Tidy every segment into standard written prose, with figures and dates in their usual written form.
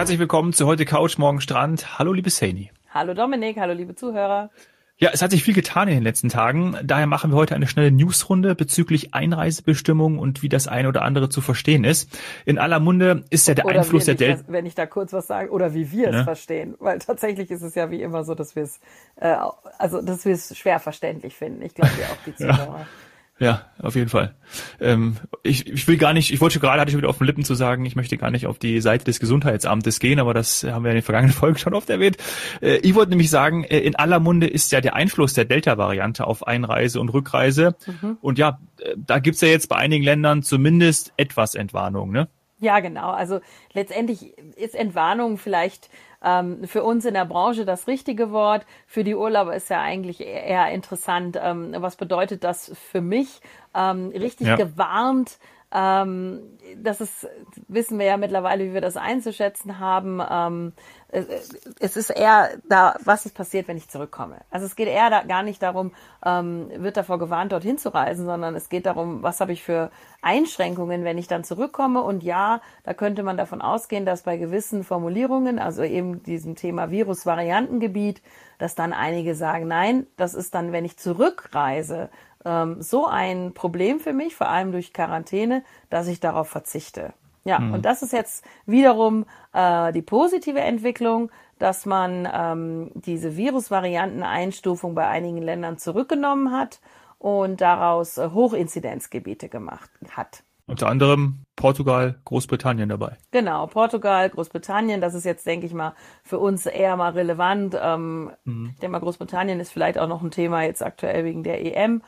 herzlich willkommen zu heute Couch, morgen Strand. Hallo liebe Saini. Hallo Dominik, hallo liebe Zuhörer. Ja, es hat sich viel getan in den letzten Tagen. Daher machen wir heute eine schnelle Newsrunde bezüglich Einreisebestimmungen und wie das eine oder andere zu verstehen ist. In aller Munde ist ja der Einfluss der Delta. Wenn ich da kurz was sage, oder wie wir es verstehen. Weil tatsächlich ist es ja wie immer so, dass wir es schwer verständlich finden. Ich glaube ja auch die Zuhörer. Ja, auf jeden Fall. Ich wollte gerade, hatte ich wieder auf den Lippen zu sagen, ich möchte gar nicht auf die Seite des Gesundheitsamtes gehen, aber das haben wir in den vergangenen Folgen schon oft erwähnt. Ich wollte nämlich sagen, in aller Munde ist ja der Einfluss der Delta-Variante auf Einreise und Rückreise. Und ja, da gibt's ja jetzt bei einigen Ländern zumindest etwas Entwarnung, ne? Ja, genau. Also letztendlich ist Entwarnung vielleicht für uns in der Branche das richtige Wort. Für die Urlauber ist ja eigentlich eher interessant. Was bedeutet das für mich? Richtig gewarnt. Wissen wir ja mittlerweile, wie wir das einzuschätzen haben. Es ist eher da, was ist passiert, wenn ich zurückkomme. Also es geht eher gar nicht darum, wird davor gewarnt, dorthin zu reisen, sondern es geht darum, was habe ich für Einschränkungen, wenn ich dann zurückkomme. Und ja, da könnte man davon ausgehen, dass bei gewissen Formulierungen, also eben diesem Thema Virusvariantengebiet, dass dann einige sagen, nein, das ist dann, wenn ich zurückreise, so ein Problem für mich, vor allem durch Quarantäne, dass ich darauf verzichte. Ja, und das ist jetzt wiederum die positive Entwicklung, dass man diese Virusvarianteneinstufung bei einigen Ländern zurückgenommen hat und daraus Hochinzidenzgebiete gemacht hat. Unter anderem Portugal, Großbritannien dabei. Genau, Portugal, Großbritannien, das ist jetzt, denke ich mal, für uns eher mal relevant. Ich denke mal, Großbritannien ist vielleicht auch noch ein Thema jetzt aktuell wegen der EM.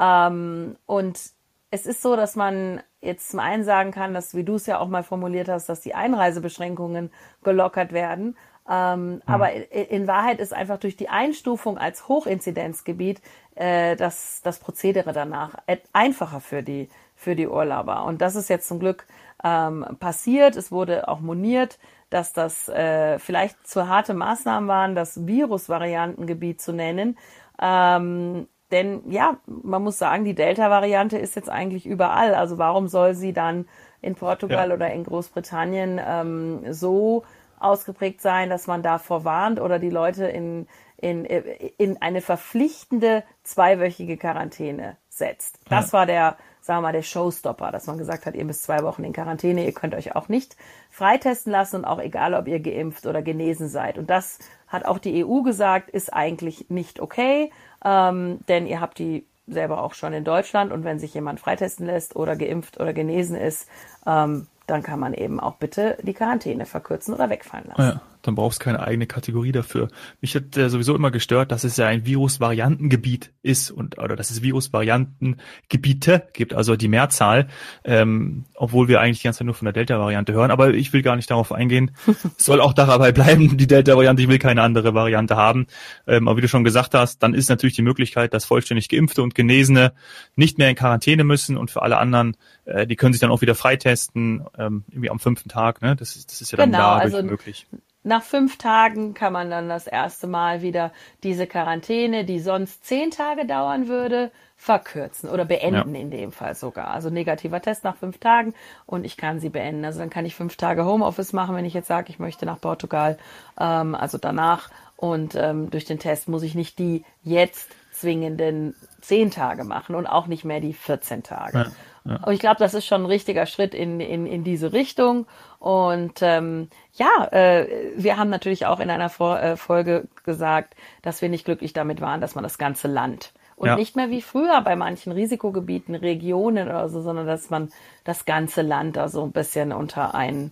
Und es ist so, dass man jetzt zum einen sagen kann, dass, wie du es ja auch mal formuliert hast, dass die Einreisebeschränkungen gelockert werden. Aber in Wahrheit ist einfach durch die Einstufung als Hochinzidenzgebiet das Prozedere danach einfacher für die Urlauber. Und das ist jetzt zum Glück passiert. Es wurde auch moniert, dass das vielleicht zu harte Maßnahmen waren, das Virusvariantengebiet zu nennen. Denn ja, man muss sagen, die Delta-Variante ist jetzt eigentlich überall. Also warum soll sie dann in Portugal oder in Großbritannien so ausgeprägt sein, dass man davor warnt oder die Leute in eine verpflichtende 2-wöchige Quarantäne setzt? Das war der Showstopper, dass man gesagt hat, ihr müsst 2 Wochen in Quarantäne, ihr könnt euch auch nicht freitesten lassen und auch egal, ob ihr geimpft oder genesen seid. Und das hat auch die EU gesagt, ist eigentlich nicht okay, denn ihr habt die selber auch schon in Deutschland und wenn sich jemand freitesten lässt oder geimpft oder genesen ist, dann kann man eben auch bitte die Quarantäne verkürzen oder wegfallen lassen. Ja, dann brauchst du keine eigene Kategorie dafür. Mich hat sowieso immer gestört, dass es ja ein Virusvariantengebiet ist oder dass es Virusvariantengebiete gibt, also die Mehrzahl, obwohl wir eigentlich die ganze Zeit nur von der Delta-Variante hören. Aber ich will gar nicht darauf eingehen. Es soll auch dabei bleiben, die Delta-Variante. Ich will keine andere Variante haben. Aber wie du schon gesagt hast, dann ist natürlich die Möglichkeit, dass vollständig Geimpfte und Genesene nicht mehr in Quarantäne müssen und für alle anderen, die können sich dann auch wieder freitesten, irgendwie am 5. Tag. Ne? Das ist ja dann dadurch möglich. Nach 5 Tagen kann man dann das erste Mal wieder diese Quarantäne, die sonst 10 Tage dauern würde, verkürzen oder beenden in dem Fall sogar. Also negativer Test nach 5 Tagen und ich kann sie beenden. Also dann kann ich 5 Tage Homeoffice machen, wenn ich jetzt sage, ich möchte nach Portugal, also danach. Und durch den Test muss ich nicht die jetzt zwingenden 10 Tage machen und auch nicht mehr die 14 Tage. Ja. Und ich glaube, das ist schon ein richtiger Schritt in diese Richtung. Und wir haben natürlich auch in einer Folge gesagt, dass wir nicht glücklich damit waren, dass man das ganze Land und nicht mehr wie früher bei manchen Risikogebieten, Regionen oder so, sondern dass man das ganze Land da so ein bisschen unter einen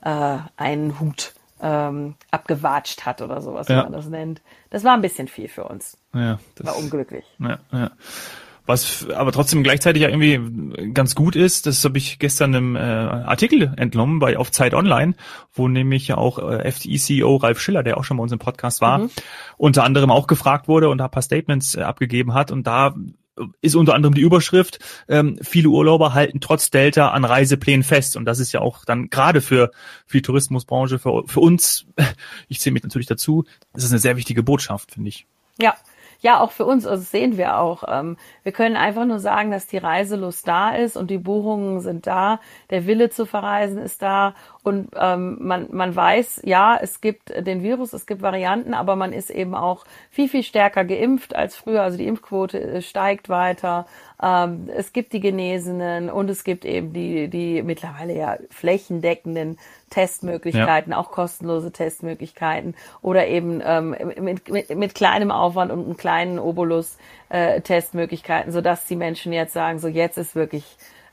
Hut abgewatscht hat oder sowas, wie man das nennt. Das war ein bisschen viel für uns. Ja, das war unglücklich. Ja. Was aber trotzdem gleichzeitig ja irgendwie ganz gut ist, das habe ich gestern im Artikel entnommen auf Zeit Online, wo nämlich ja auch FDI-CEO Ralf Schiller, der auch schon bei uns im Podcast war, unter anderem auch gefragt wurde und da ein paar Statements abgegeben hat. Und da ist unter anderem die Überschrift, viele Urlauber halten trotz Delta an Reiseplänen fest. Und das ist ja auch dann gerade für die Tourismusbranche, für uns, ich zähle mich natürlich dazu, das ist eine sehr wichtige Botschaft, finde ich. Ja, ja, auch für uns, also das sehen wir auch. Wir können einfach nur sagen, dass die Reiselust da ist und die Buchungen sind da, der Wille zu verreisen ist da und man weiß, ja, es gibt den Virus, es gibt Varianten, aber man ist eben auch viel, viel stärker geimpft als früher. Also die Impfquote steigt weiter. Es gibt die Genesenen und es gibt eben die mittlerweile ja flächendeckenden Testmöglichkeiten, auch kostenlose Testmöglichkeiten oder eben mit kleinem Aufwand und einem kleinen Obolus Testmöglichkeiten, sodass die Menschen jetzt sagen, so jetzt ist wirklich,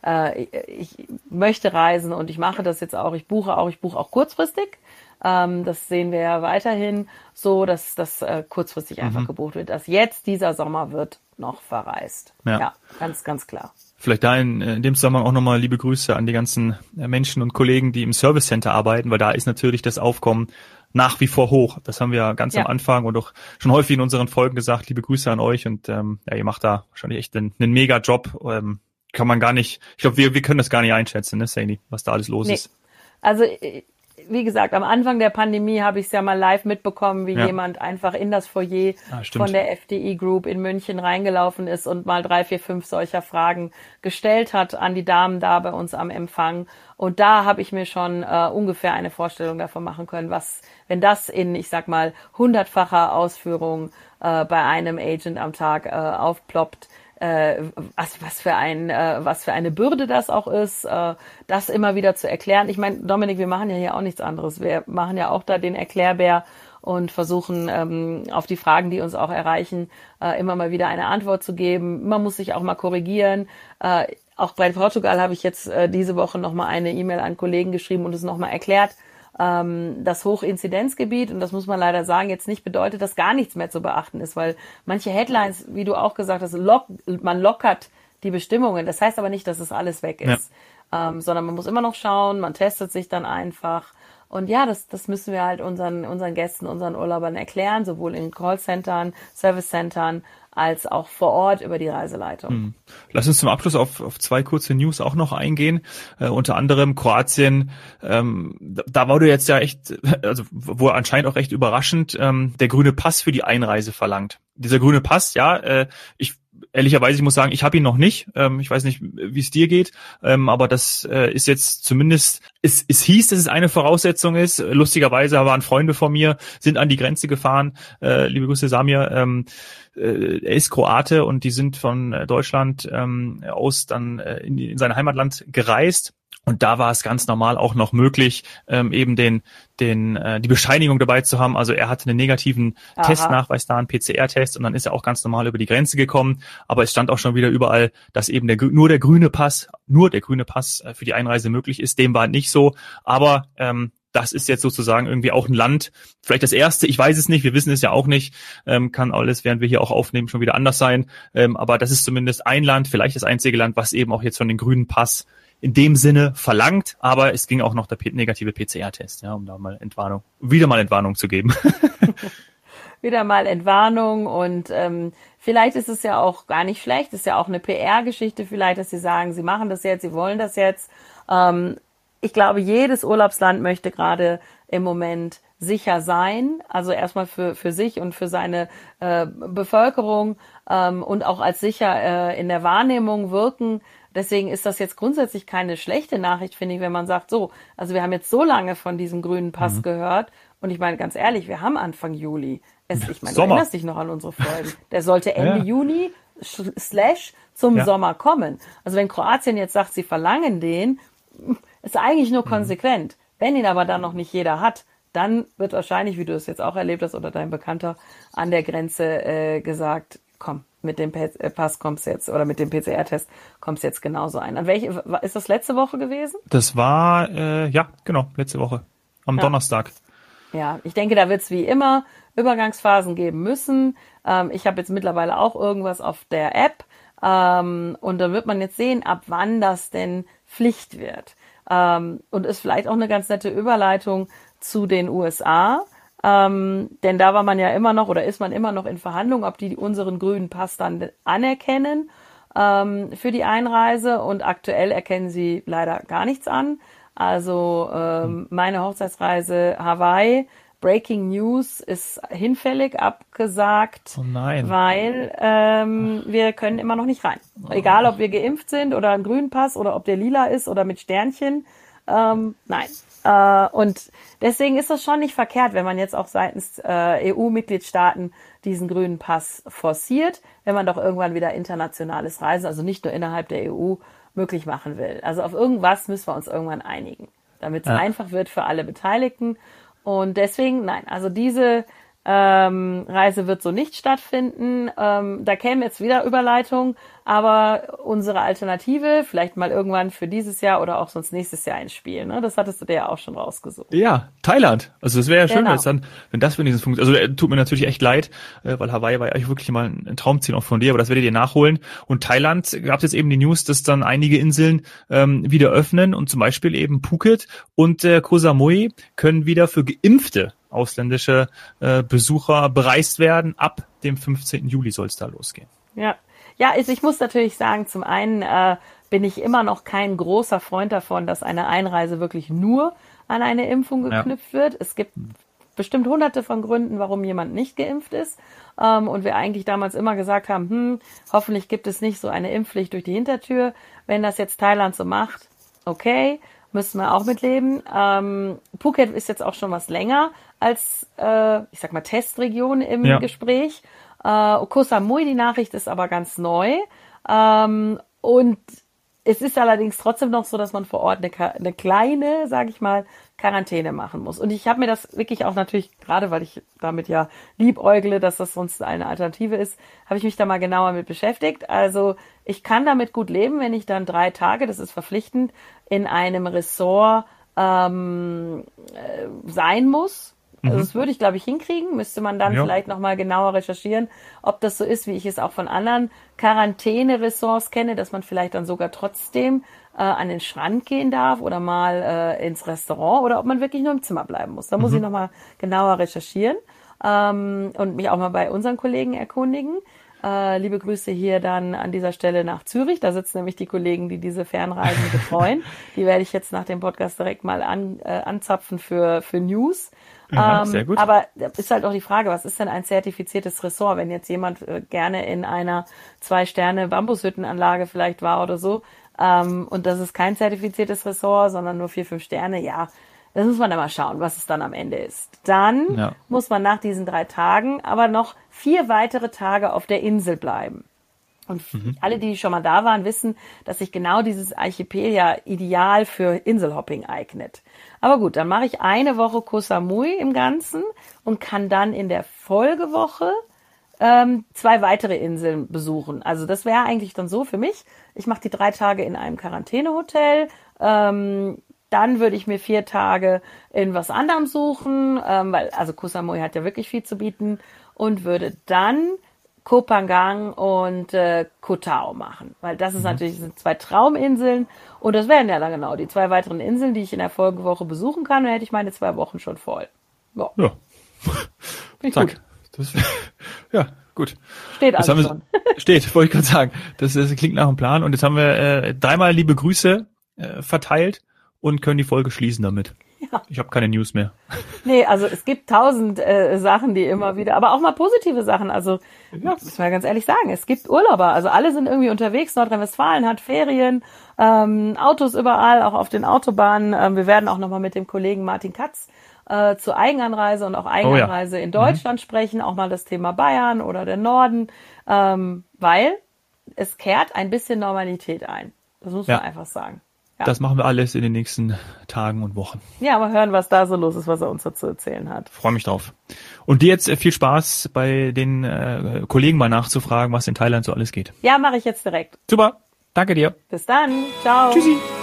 ich möchte reisen und ich mache das jetzt auch, ich buche auch kurzfristig. Das sehen wir ja weiterhin so, dass das kurzfristig einfach gebucht wird, dass jetzt dieser Sommer wird noch verreist. Ja, ganz, ganz klar. Vielleicht da in dem Zusammenhang auch nochmal liebe Grüße an die ganzen Menschen und Kollegen, die im Service Center arbeiten, weil da ist natürlich das Aufkommen nach wie vor hoch. Das haben wir ja ganz am Anfang und auch schon häufig in unseren Folgen gesagt. Liebe Grüße an euch und ja, ihr macht da wahrscheinlich echt einen mega Job. Kann man gar nicht, ich glaube, wir können das gar nicht einschätzen, ne, Saini, was da alles los ist. Also wie gesagt, am Anfang der Pandemie habe ich es ja mal live mitbekommen, wie jemand einfach in das Foyer von der FDI Group in München reingelaufen ist und mal 3, 4, 5 solcher Fragen gestellt hat an die Damen da bei uns am Empfang. Und da habe ich mir schon ungefähr eine Vorstellung davon machen können, was, wenn das in, ich sag mal, 100-facher Ausführung bei einem Agent am Tag aufploppt, was für eine Bürde das auch ist, das immer wieder zu erklären. Ich meine, Dominik, wir machen ja hier auch nichts anderes. Wir machen ja auch da den Erklärbär und versuchen auf die Fragen, die uns auch erreichen, immer mal wieder eine Antwort zu geben. Man muss sich auch mal korrigieren. Auch bei Portugal habe ich jetzt diese Woche nochmal eine E-Mail an Kollegen geschrieben und es nochmal erklärt. Das Hochinzidenzgebiet, und das muss man leider sagen, jetzt nicht bedeutet, dass gar nichts mehr zu beachten ist, weil manche Headlines, wie du auch gesagt hast, man lockert die Bestimmungen. Das heißt aber nicht, dass es alles weg ist, sondern man muss immer noch schauen, man testet sich dann einfach. Und ja, das müssen wir halt unseren Gästen, unseren Urlaubern erklären, sowohl in Callcentern, Servicecentern, als auch vor Ort über die Reiseleitung. Lass uns zum Abschluss auf 2 kurze News auch noch eingehen. Unter anderem Kroatien, da wurde jetzt ja echt, also wo anscheinend auch recht überraschend, der grüne Pass für die Einreise verlangt. Dieser grüne Pass, ehrlicherweise, ich muss sagen, ich habe ihn noch nicht. Ich weiß nicht, wie es dir geht, aber das ist jetzt zumindest, es hieß, dass es eine Voraussetzung ist. Lustigerweise waren Freunde von mir, sind an die Grenze gefahren. Liebe Grüße, Samir. Er ist Kroate und die sind von Deutschland aus dann in sein Heimatland gereist. Und da war es ganz normal auch noch möglich, eben die Bescheinigung dabei zu haben. Also er hatte einen negativen Testnachweis da, einen PCR-Test, und dann ist er auch ganz normal über die Grenze gekommen. Aber es stand auch schon wieder überall, dass eben nur der grüne Pass für die Einreise möglich ist. Dem war nicht so. Aber das ist jetzt sozusagen irgendwie auch ein Land, vielleicht das erste, ich weiß es nicht, wir wissen es ja auch nicht, kann alles, während wir hier auch aufnehmen, schon wieder anders sein. Aber das ist zumindest ein Land, vielleicht das einzige Land, was eben auch jetzt von den grünen Pass in dem Sinne verlangt, aber es ging auch noch der negative PCR-Test, ja, um da mal wieder mal Entwarnung zu geben. Wieder mal Entwarnung und vielleicht ist es ja auch gar nicht schlecht, ist ja auch eine PR-Geschichte vielleicht, dass sie sagen, sie machen das jetzt, sie wollen das jetzt. Ich glaube, jedes Urlaubsland möchte gerade im Moment sicher sein, also erstmal für sich und für seine Bevölkerung und auch als sicher in der Wahrnehmung wirken. Deswegen ist das jetzt grundsätzlich keine schlechte Nachricht, finde ich, wenn man sagt, so, also wir haben jetzt so lange von diesem grünen Pass gehört und ich meine, ganz ehrlich, wir haben Anfang Juli. Ich meine, du erinnerst dich noch an unsere Folgen. Der sollte Ende Juni / zum Sommer kommen. Also wenn Kroatien jetzt sagt, sie verlangen den, ist eigentlich nur konsequent. Wenn ihn aber dann noch nicht jeder hat, dann wird wahrscheinlich, wie du es jetzt auch erlebt hast oder dein Bekannter an der Grenze gesagt, komm, mit dem Pass kommst du jetzt oder mit dem PCR-Test kommst du jetzt genauso ein. Ist das letzte Woche gewesen? Das war, genau, letzte Woche. Am Donnerstag. Ja, ich denke, da wird es wie immer Übergangsphasen geben müssen. Ich habe jetzt mittlerweile auch irgendwas auf der App und dann wird man jetzt sehen, ab wann das denn Pflicht wird. Und ist vielleicht auch eine ganz nette Überleitung zu den USA. Denn da war man ja immer noch oder ist man immer noch in Verhandlungen, ob die unseren grünen Pass dann anerkennen für die Einreise, und aktuell erkennen sie leider gar nichts an. Also meine Hochzeitsreise Hawaii Breaking News ist hinfällig abgesagt, Oh nein. weil wir können immer noch nicht rein. Egal, ob wir geimpft sind oder einen grünen Pass oder ob der lila ist oder mit Sternchen. Nein. Und deswegen ist das schon nicht verkehrt, wenn man jetzt auch seitens EU-Mitgliedstaaten diesen grünen Pass forciert, wenn man doch irgendwann wieder internationales Reisen, also nicht nur innerhalb der EU, möglich machen will. Also auf irgendwas müssen wir uns irgendwann einigen, damit es einfach wird für alle Beteiligten. Und deswegen, nein, also diese Reise wird so nicht stattfinden. Da käme jetzt wieder Überleitung, aber unsere Alternative, vielleicht mal irgendwann für dieses Jahr oder auch sonst nächstes Jahr ins Spiel, ne? Das hattest du dir ja auch schon rausgesucht. Ja, Thailand. Also das wäre ja schön, Genau. wenn das wenigstens funktioniert. Also tut mir natürlich echt leid, weil Hawaii war ja eigentlich wirklich mal ein Traumziel auch von dir, aber das werdet ihr nachholen. Und Thailand gab es jetzt eben die News, dass dann einige Inseln wieder öffnen und zum Beispiel eben Phuket und Koh Samui können wieder für Geimpfte ausländische Besucher bereist werden. Ab dem 15. Juli soll es da losgehen. Ja, also ich muss natürlich sagen, zum einen bin ich immer noch kein großer Freund davon, dass eine Einreise wirklich nur an eine Impfung geknüpft wird. Es gibt bestimmt hunderte von Gründen, warum jemand nicht geimpft ist. Und wir eigentlich damals immer gesagt haben, hoffentlich gibt es nicht so eine Impfpflicht durch die Hintertür. Wenn das jetzt Thailand so macht, okay, müssen wir auch mitleben. Phuket ist jetzt auch schon was länger als, ich sag mal, Testregion im Gespräch. Koh Samui, die Nachricht ist aber ganz neu. Und es ist allerdings trotzdem noch so, dass man vor Ort eine kleine, sage ich mal, Quarantäne machen muss. Und ich habe mir das wirklich auch natürlich, gerade weil ich damit ja liebäugle, dass das sonst eine Alternative ist, habe ich mich da mal genauer mit beschäftigt. Also ich kann damit gut leben, wenn ich dann 3 Tage, das ist verpflichtend, in einem Ressort sein muss. Also das würde ich, glaube ich, hinkriegen. Müsste man dann vielleicht nochmal genauer recherchieren, ob das so ist, wie ich es auch von anderen Quarantäne-Ressorts kenne, dass man vielleicht dann sogar trotzdem an den Schrank gehen darf oder mal ins Restaurant oder ob man wirklich nur im Zimmer bleiben muss. Da muss ich nochmal genauer recherchieren und mich auch mal bei unseren Kollegen erkundigen. Liebe Grüße hier dann an dieser Stelle nach Zürich. Da sitzen nämlich die Kollegen, die diese Fernreisen betreuen. Die werde ich jetzt nach dem Podcast direkt mal anzapfen für News. Ja, sehr gut. Aber ist halt auch die Frage, was ist denn ein zertifiziertes Ressort, wenn jetzt jemand gerne in einer 2-Sterne-Bambushüttenanlage vielleicht war oder so, und das ist kein zertifiziertes Ressort, sondern nur 4, 5 Sterne, ja, das muss man dann mal schauen, was es dann am Ende ist. Dann muss man nach diesen 3 Tagen aber noch 4 weitere Tage auf der Insel bleiben. Und alle, die schon mal da waren, wissen, dass sich genau dieses Archipel ja ideal für Inselhopping eignet. Aber gut, dann mache ich eine Woche Koh Samui im Ganzen und kann dann in der Folgewoche 2 weitere Inseln besuchen. Also das wäre eigentlich dann so für mich. Ich mache die 3 Tage in einem Quarantänehotel. Dann würde ich mir 4 Tage in was anderem suchen, weil also Koh Samui hat ja wirklich viel zu bieten und würde dann Koh Phangan und Koh Tao machen, weil das ist natürlich, sind 2 Trauminseln und das wären ja dann genau die 2 weiteren Inseln, die ich in der Folgewoche besuchen kann, dann hätte ich meine 2 Wochen schon voll. Ja. Zack. Gut. Das, ja, gut. Steht alles schon. Steht, wollte ich gerade sagen. Das klingt nach einem Plan und jetzt haben wir 3-mal liebe Grüße verteilt und können die Folge schließen damit. Ja. Ich habe keine News mehr. Nee, also es gibt 1000 Sachen, die immer wieder, aber auch mal positive Sachen. Also muss man ganz ehrlich sagen, es gibt Urlauber. Also alle sind irgendwie unterwegs. Nordrhein-Westfalen hat Ferien, Autos überall, auch auf den Autobahnen. Wir werden auch nochmal mit dem Kollegen Martin Katz zur Eigenanreise und auch Eigenanreise in Deutschland sprechen. Auch mal das Thema Bayern oder der Norden, weil es kehrt ein bisschen Normalität ein. Das muss man einfach sagen. Ja. Das machen wir alles in den nächsten Tagen und Wochen. Ja, mal hören, was da so los ist, was er uns dazu erzählen hat. Freue mich drauf. Und dir jetzt viel Spaß bei den Kollegen mal nachzufragen, was in Thailand so alles geht. Ja, mache ich jetzt direkt. Super, danke dir. Bis dann, ciao. Tschüssi.